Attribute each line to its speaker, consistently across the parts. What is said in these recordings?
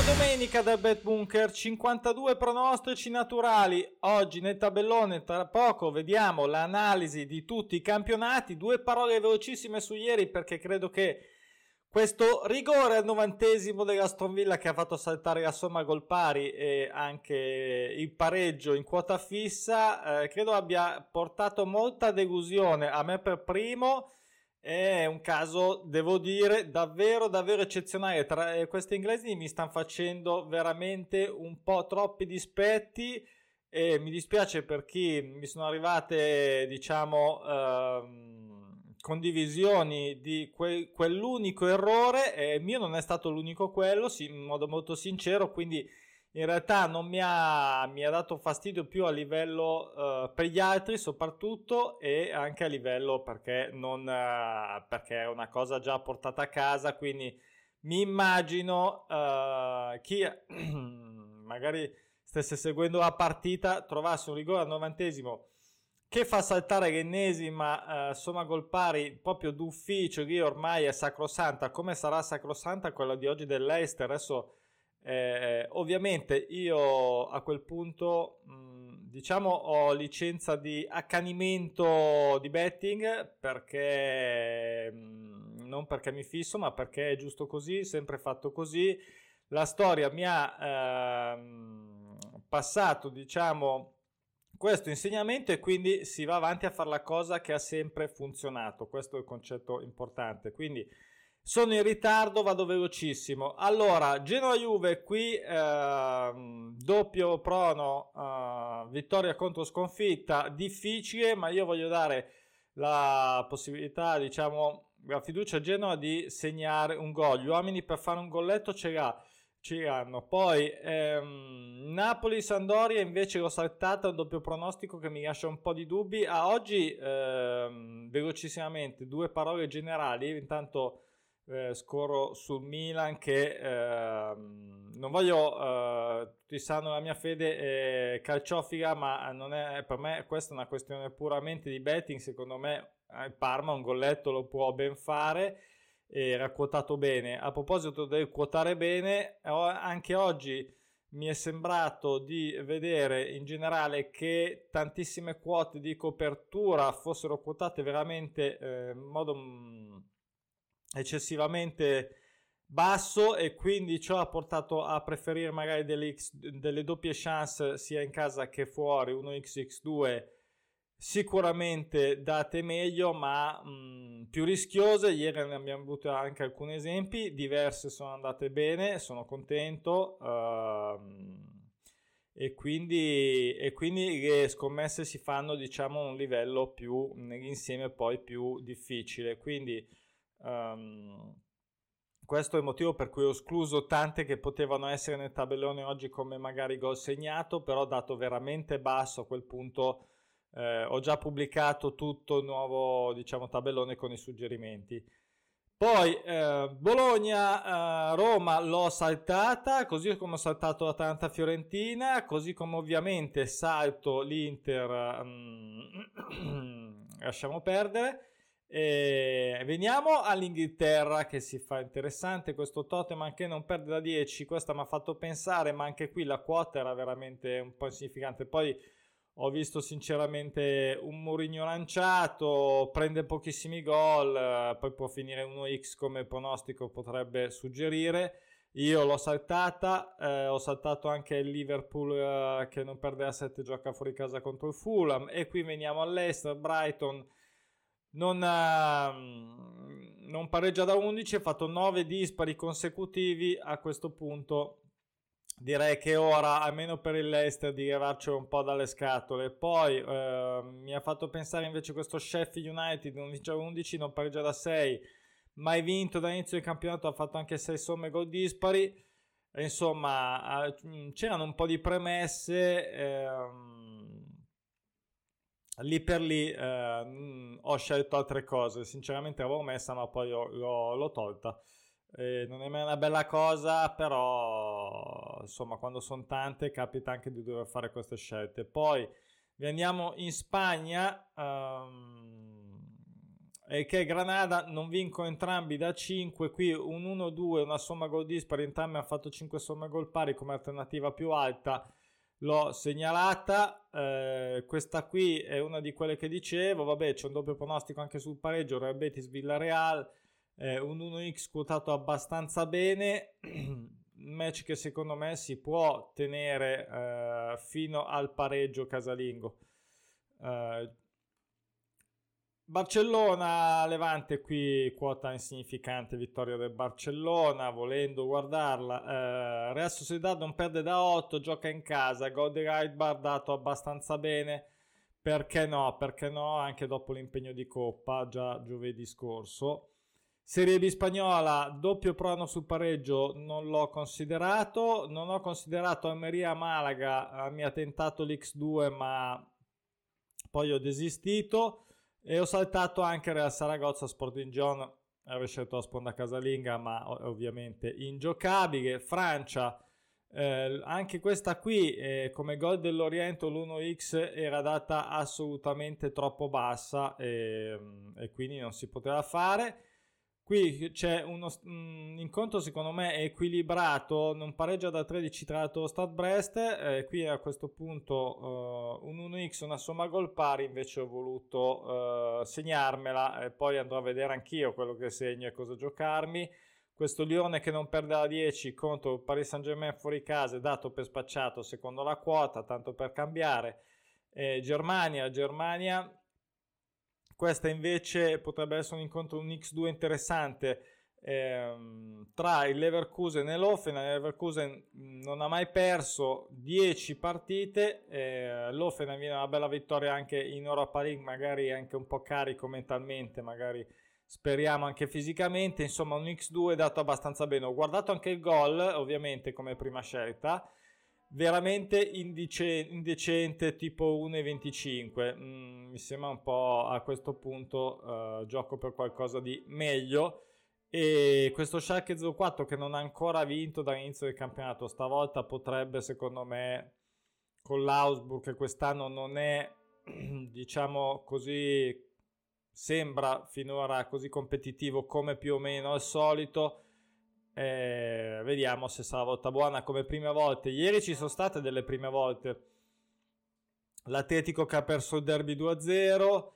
Speaker 1: Domenica da Bet Bunker, 52 pronostici naturali. Oggi nel tabellone, tra poco vediamo l'analisi di tutti i campionati. Due parole velocissime su ieri, perché credo che questo rigore al 90° dell'Aston Villa, che ha fatto saltare la somma gol pari e anche il pareggio in quota fissa, credo abbia portato molta delusione a me per primo. È un caso, devo dire, davvero davvero eccezionale. Questi inglesi mi stanno facendo veramente un po' troppi dispetti e mi dispiace per chi mi sono arrivate, diciamo, condivisioni di quell'unico errore. Il mio non è stato l'unico quello, sì, in modo molto sincero, quindi in realtà non mi ha dato fastidio più a livello per gli altri soprattutto, e anche a livello perché perché è una cosa già portata a casa, quindi mi immagino chi magari stesse seguendo la partita trovasse un rigore al 90° che fa saltare l'ennesima somma gol pari proprio d'ufficio, lì ormai è sacrosanta. Come sarà sacrosanta quella di oggi dell'Leicester? Adesso ovviamente io a quel punto diciamo ho licenza di accanimento di betting, perché non perché mi fisso, ma perché è giusto così, sempre fatto così. La storia mi ha passato, diciamo, questo insegnamento, e quindi si va avanti a fare la cosa che ha sempre funzionato. Questo è il concetto importante. Quindi sono in ritardo, vado velocissimo. Allora, Genoa-Juve qui, doppio prono, vittoria contro sconfitta, difficile, ma io voglio dare la possibilità, diciamo, la fiducia a Genoa di segnare un gol. Gli uomini per fare un golletto ce l'hanno. Poi Napoli-Sampdoria invece l'ho saltata, un doppio pronostico che mi lascia un po' di dubbi. A oggi, velocissimamente, due parole generali, intanto scorro sul Milan, che non voglio, tutti sanno la mia fede calciofila, ma non è, per me questa è una questione puramente di betting. Secondo me il Parma un golletto lo può ben fare, era quotato bene. A proposito del quotare bene, anche oggi mi è sembrato di vedere in generale che tantissime quote di copertura fossero quotate veramente in modo eccessivamente basso, e quindi ciò ha portato a preferire magari delle doppie chance sia in casa che fuori. 1xx2 sicuramente date meglio, ma più rischiose. Ieri ne abbiamo avuto anche alcuni esempi, diverse sono andate bene, sono contento, e quindi le scommesse si fanno, diciamo, a un livello più nell'insieme poi più difficile. Quindi questo è il motivo per cui ho escluso tante che potevano essere nel tabellone oggi, come magari gol segnato, però dato veramente basso. A quel punto ho già pubblicato tutto il nuovo, diciamo, tabellone con i suggerimenti. Poi Bologna-Roma l'ho saltata, così come ho saltato Atalanta-Fiorentina, così come ovviamente salto l'Inter, lasciamo perdere. E veniamo all'Inghilterra, che si fa interessante. Questo Tottenham che non perde da 10, questa mi ha fatto pensare, ma anche qui la quota era veramente un po' insignificante. Poi ho visto sinceramente un Mourinho lanciato, prende pochissimi gol, poi può finire 1x come pronostico potrebbe suggerire. Io l'ho saltata, ho saltato anche il Liverpool che non perde a 7, gioca fuori casa contro il Fulham. E qui veniamo all'Leicester, Brighton non pareggia da 11, ha fatto 9 dispari consecutivi. A questo punto direi che ora, almeno per il Leicester, di levarcelo un po' dalle scatole. Poi mi ha fatto pensare invece questo Sheffield United, non vince da 11, non pareggia da 6, mai vinto dall'inizio del campionato, ha fatto anche 6 somme gol dispari. Insomma, c'erano un po' di premesse, lì per lì ho scelto altre cose. Sinceramente l'avevo messa, ma poi l'ho tolta. Non è mai una bella cosa, però insomma, quando sono tante capita anche di dover fare queste scelte. Poi andiamo in Spagna, e che Granada non vincono entrambi da 5. Qui un 1-2, una somma gol dispari, entrambi hanno fatto 5 somme gol pari come alternativa più alta, l'ho segnalata. Questa qui è una di quelle che dicevo. Vabbè, c'è un doppio pronostico anche sul pareggio, Real Betis Villarreal, un 1x quotato abbastanza bene. Un match che secondo me si può tenere fino al pareggio casalingo. Barcellona-Levante, qui quota insignificante, vittoria del Barcellona, volendo guardarla. Real Sociedad non perde da 8, gioca in casa, gol di Raidbar dato abbastanza bene, perché no, anche dopo l'impegno di Coppa già giovedì scorso. Serie B spagnola, doppio prono sul pareggio, non l'ho considerato, non ho considerato Almeria-Malaga, mi ha tentato l'X2 ma poi ho desistito. E ho saltato anche Real Saragozza Sporting Gijón, avrei scelto la sponda casalinga ma ovviamente ingiocabile. Francia, anche questa qui come gol dell'Oriento l'1x era data assolutamente troppo bassa e quindi non si poteva fare. Qui c'è un incontro secondo me equilibrato, non pareggia da 13 tra lo Stade Brest, qui a questo punto un 1x, una somma gol pari, invece ho voluto segnarmela e poi andrò a vedere anch'io quello che segno e cosa giocarmi. Questo Lione che non perde la 10 contro Paris Saint-Germain fuori casa è dato per spacciato secondo la quota, tanto per cambiare. Germania. Questa invece potrebbe essere un incontro, un X2 interessante tra il Leverkusen e l'Hoffenheim. Il Leverkusen non ha mai perso 10 partite, l'Hoffenheim viene una bella vittoria anche in Europa League, magari anche un po' carico mentalmente, magari speriamo anche fisicamente. Insomma, un X2 dato abbastanza bene. Ho guardato anche il gol, ovviamente come prima scelta, veramente indecente, tipo 1,25. Mi sembra un po' a questo punto gioco per qualcosa di meglio. E questo Schalke 04 che non ha ancora vinto dall'inizio del campionato, stavolta potrebbe, secondo me, con l'Augsburg che quest'anno non è diciamo così, sembra finora così competitivo come più o meno al solito. Vediamo se sarà volta buona come prime volte. Ieri ci sono state delle prime volte. L'Atletico che ha perso il derby 2-0,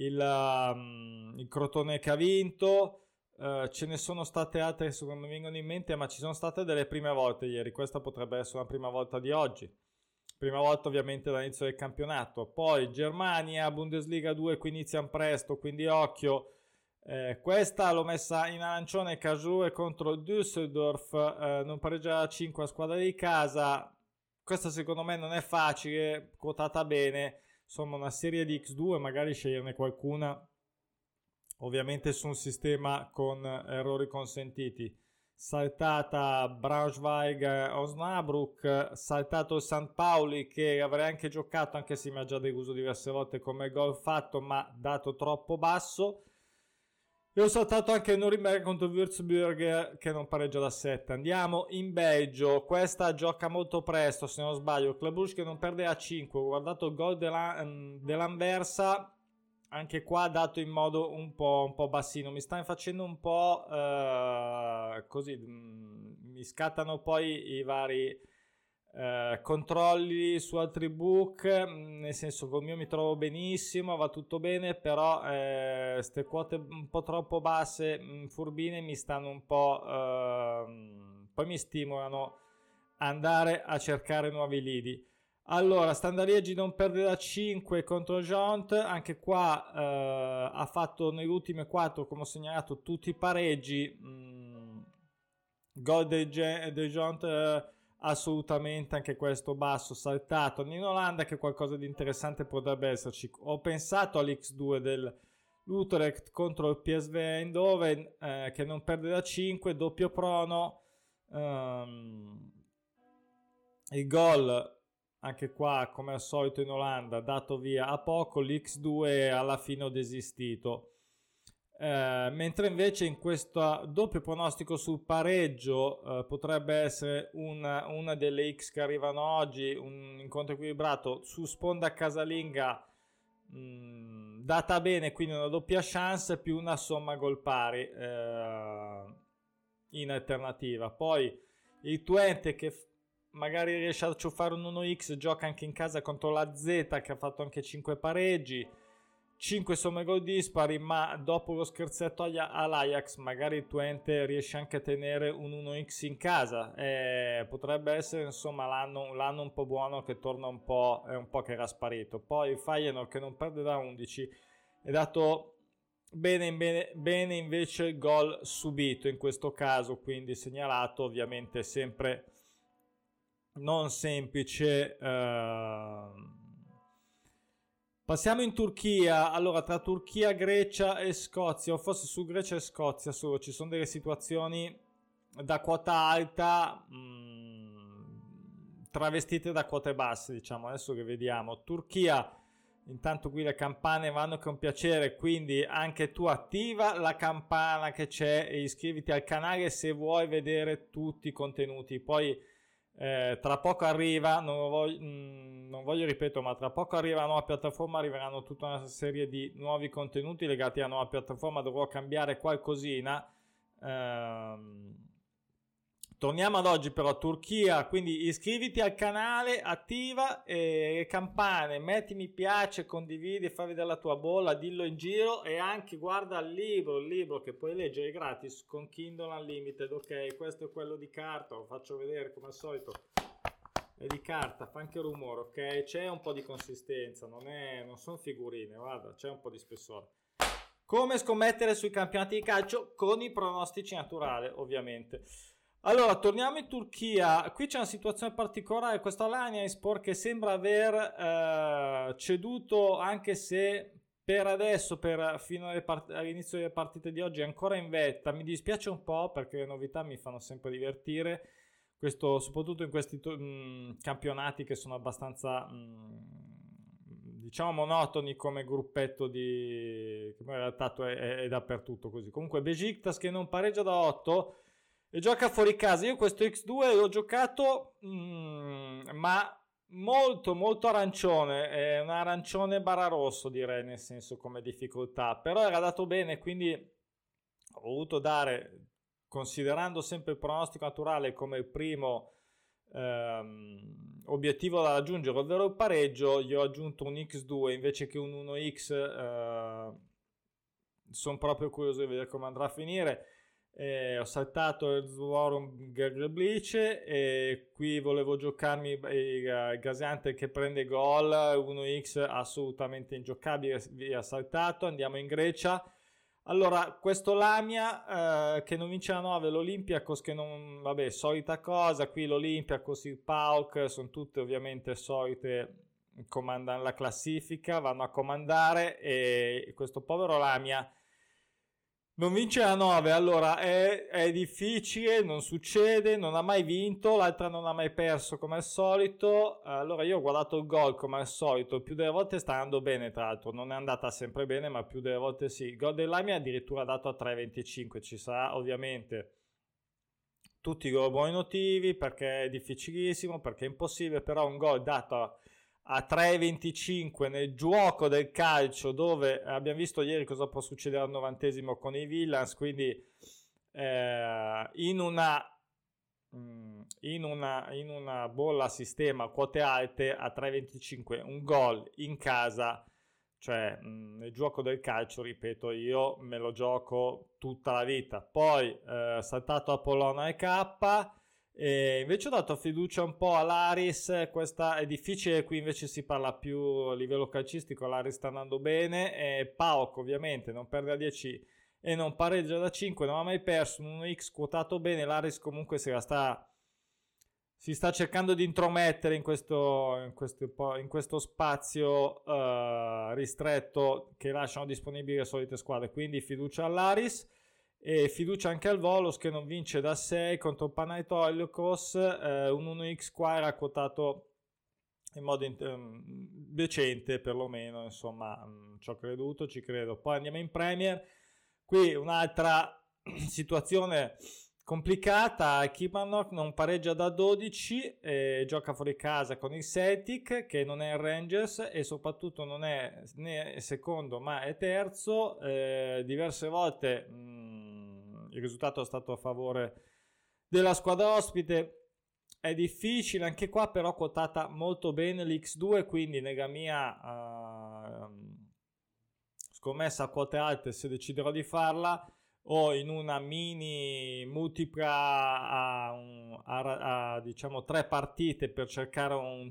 Speaker 1: il Crotone che ha vinto. Ce ne sono state altre che secondo me vengono in mente, ma ci sono state delle prime volte ieri. Questa potrebbe essere una prima volta di oggi. Prima volta ovviamente dall'inizio del campionato. Poi Germania, Bundesliga 2, qui iniziano presto, quindi occhio. Questa l'ho messa in arancione, Karlsruhe contro Düsseldorf, non pareggia a 5 a squadra di casa. Questa secondo me non è facile, quotata bene, insomma una serie di X2, magari sceglierne qualcuna ovviamente su un sistema con errori consentiti. Saltata Braunschweig Osnabrück, saltato St. Pauli che avrei anche giocato anche se mi ha già deluso diverse volte come gol fatto ma dato troppo basso. E ho saltato anche Nuremberg contro Würzburg che non pareggia da 7. Andiamo in Belgio, questa gioca molto presto se non sbaglio, Club Brugge che non perde a 5. Ho guardato il gol dell'Anversa, anche qua dato in modo un po' bassino, mi sta facendo un po' così, mi scattano poi i vari controlli su altri book, nel senso col mio mi trovo benissimo, va tutto bene, però queste quote un po' troppo basse, furbine, mi stanno un po' poi mi stimolano andare a cercare nuovi lidi. Allora, Standard Liegi non perde da 5 contro Gent, anche qua ha fatto nelle ultime 4, come ho segnalato, tutti i pareggi. Gol del Gent assolutamente anche questo basso, saltato. In Olanda che qualcosa di interessante potrebbe esserci. Ho pensato all'X2 dell'Utrecht contro il PSV Eindhoven che non perde da 5, doppio prono. Il gol anche qua come al solito in Olanda dato via a poco, l'X2 alla fine ho desistito. Mentre invece in questo doppio pronostico sul pareggio potrebbe essere una delle X che arrivano oggi, un incontro equilibrato su sponda casalinga. data bene, quindi una doppia chance più una somma gol pari in alternativa. Poi il Twente che magari riesce a ciuffare un 1x, gioca anche in casa contro la Z che ha fatto anche 5 pareggi, 5 somme gol dispari, ma dopo lo scherzetto all'Ajax magari il Twente riesce anche a tenere un 1x in casa. Potrebbe essere insomma l'anno un po' buono, che torna un po', è un po' che era sparito. Poi il Feyenoord che non perde da 11, è dato bene invece il gol subito in questo caso, quindi segnalato, ovviamente sempre non semplice. Passiamo in Turchia. Allora, tra Turchia, Grecia e Scozia, o forse su Grecia e Scozia solo, ci sono delle situazioni da quota alta travestite da quote basse, diciamo. Adesso che vediamo Turchia, intanto qui le campane vanno con piacere, quindi anche tu attiva la campana che c'è e iscriviti al canale se vuoi vedere tutti i contenuti. Poi tra poco arriva, non voglio ripetere, ma tra poco arriva la nuova piattaforma, arriveranno tutta una serie di nuovi contenuti legati alla nuova piattaforma. Dovrò cambiare qualcosina. Torniamo ad oggi però, Turchia, quindi iscriviti al canale, attiva le campane, metti mi piace, condividi, fai vedere la tua bolla, dillo in giro, e anche guarda il libro che puoi leggere gratis con Kindle Unlimited. Ok, questo è quello di carta, lo faccio vedere come al solito, è di carta, fa anche rumore, ok, c'è un po' di consistenza, non sono figurine, guarda, c'è un po' di spessore. Come scommettere sui campionati di calcio? Con i pronostici naturali, ovviamente. Allora, torniamo in Turchia. Qui c'è una situazione particolare. Questo Alanyaspor che sembra aver ceduto, anche se per adesso, fino all'inizio delle partite di oggi, è ancora in vetta. Mi dispiace un po' perché le novità mi fanno sempre divertire, soprattutto in questi campionati che sono abbastanza diciamo monotoni come gruppetto che in realtà è dappertutto così. Comunque Besiktas che non pareggia da 8 e gioca fuori casa. Io questo X2 l'ho giocato ma molto molto arancione, è un arancione rosso direi, nel senso come difficoltà, però era dato bene, quindi ho voluto dare, considerando sempre il pronostico naturale come il primo obiettivo da raggiungere, ovvero il pareggio, gli ho aggiunto un X2 invece che un 1X. Sono proprio curioso di vedere come andrà a finire. Ho saltato il Zvorum Gerglice e qui volevo giocarmi il Gaziantep che prende gol 1x assolutamente ingiocabile, via saltato. Andiamo in Grecia. Allora, questo Lamia che non vince la 9, l'Olympiakos che non, vabbè, solita cosa, qui l'Olympiakos, il PAOK sono tutte ovviamente solite, comandano la classifica, vanno a comandare, e questo povero Lamia non vince la 9, allora è difficile, non succede, non ha mai vinto, l'altra non ha mai perso come al solito. Allora io ho guardato il gol come al solito, più delle volte sta andando bene, tra l'altro non è andata sempre bene, ma più delle volte sì. Il gol dell'Amia è addirittura dato a 3,25, ci sarà ovviamente tutti i loro buoni motivi, perché è difficilissimo, perché è impossibile, però un gol dato a 3,25 nel gioco del calcio, dove abbiamo visto ieri cosa può succedere al 90esimo con i Villans, quindi in una bolla a sistema quote alte a 3,25 un gol in casa, cioè nel gioco del calcio, ripeto, io me lo gioco tutta la vita. Poi saltato a Polona e K. E invece ho dato fiducia un po' all'Aris, questa è difficile, qui invece si parla più a livello calcistico, l'Aris sta andando bene, e PAOK ovviamente non perde a 10 e non pareggia da 5, non ha mai perso, un 1x quotato bene, l'Aris comunque si sta cercando di intromettere in questo spazio ristretto che lasciano disponibili le solite squadre, quindi fiducia all'Aris. E fiducia anche al Volos che non vince da 6 contro Panathinaikos, un 1x qua era quotato in modo decente perlomeno, insomma ci ho creduto, ci credo. Poi andiamo in Premier, qui un'altra situazione complicata. Kilmarnock non pareggia da 12, gioca fuori casa con il Celtic, che non è il Rangers, e soprattutto non è né secondo ma è terzo. Diverse volte il risultato è stato a favore della squadra ospite. È difficile anche qua, però quotata molto bene l'X2, quindi nella mia scommessa a quote alte, se deciderò di farla, o in una mini multipla a diciamo 3 partite per cercare un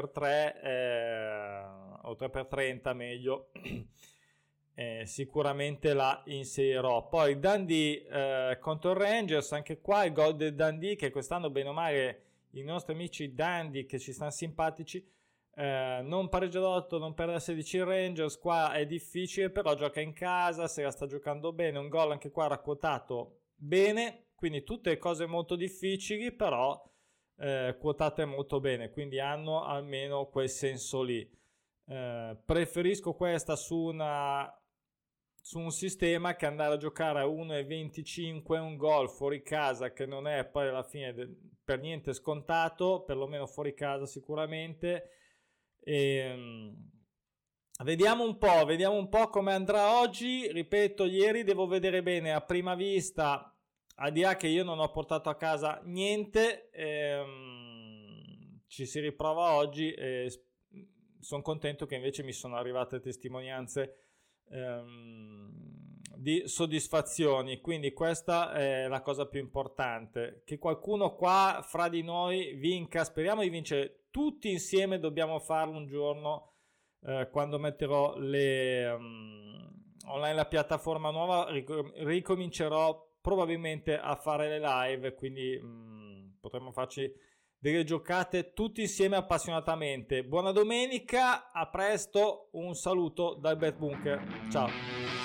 Speaker 1: 3x3 o 3x30 meglio, sicuramente la inserirò. Poi Dundee contro il Rangers, anche qua il gol del Dundee, che quest'anno bene o male i nostri amici Dundee che ci stanno simpatici, non pareggia d'8, non perde a 16 il Rangers. Qua è difficile, però gioca in casa, se la sta giocando bene, un gol anche qua racquotato bene, quindi tutte cose molto difficili, però quotate molto bene, quindi hanno almeno quel senso lì. Preferisco questa su un sistema che andare a giocare a 1,25 un gol fuori casa, che non è poi alla fine per niente scontato, perlomeno fuori casa sicuramente. Vediamo un po' come andrà oggi. Ripeto, ieri devo vedere bene a prima vista, al di là che io non ho portato a casa niente, ci si riprova oggi e sono contento che invece mi sono arrivate testimonianze di soddisfazioni, quindi questa è la cosa più importante, che qualcuno qua fra di noi vinca. Speriamo di vincere tutti insieme, dobbiamo farlo un giorno, quando metterò online la piattaforma nuova. Ricomincerò probabilmente a fare le live, quindi potremmo farci delle giocate tutti insieme appassionatamente. Buona domenica, a presto, un saluto dal Bet Bunker, ciao.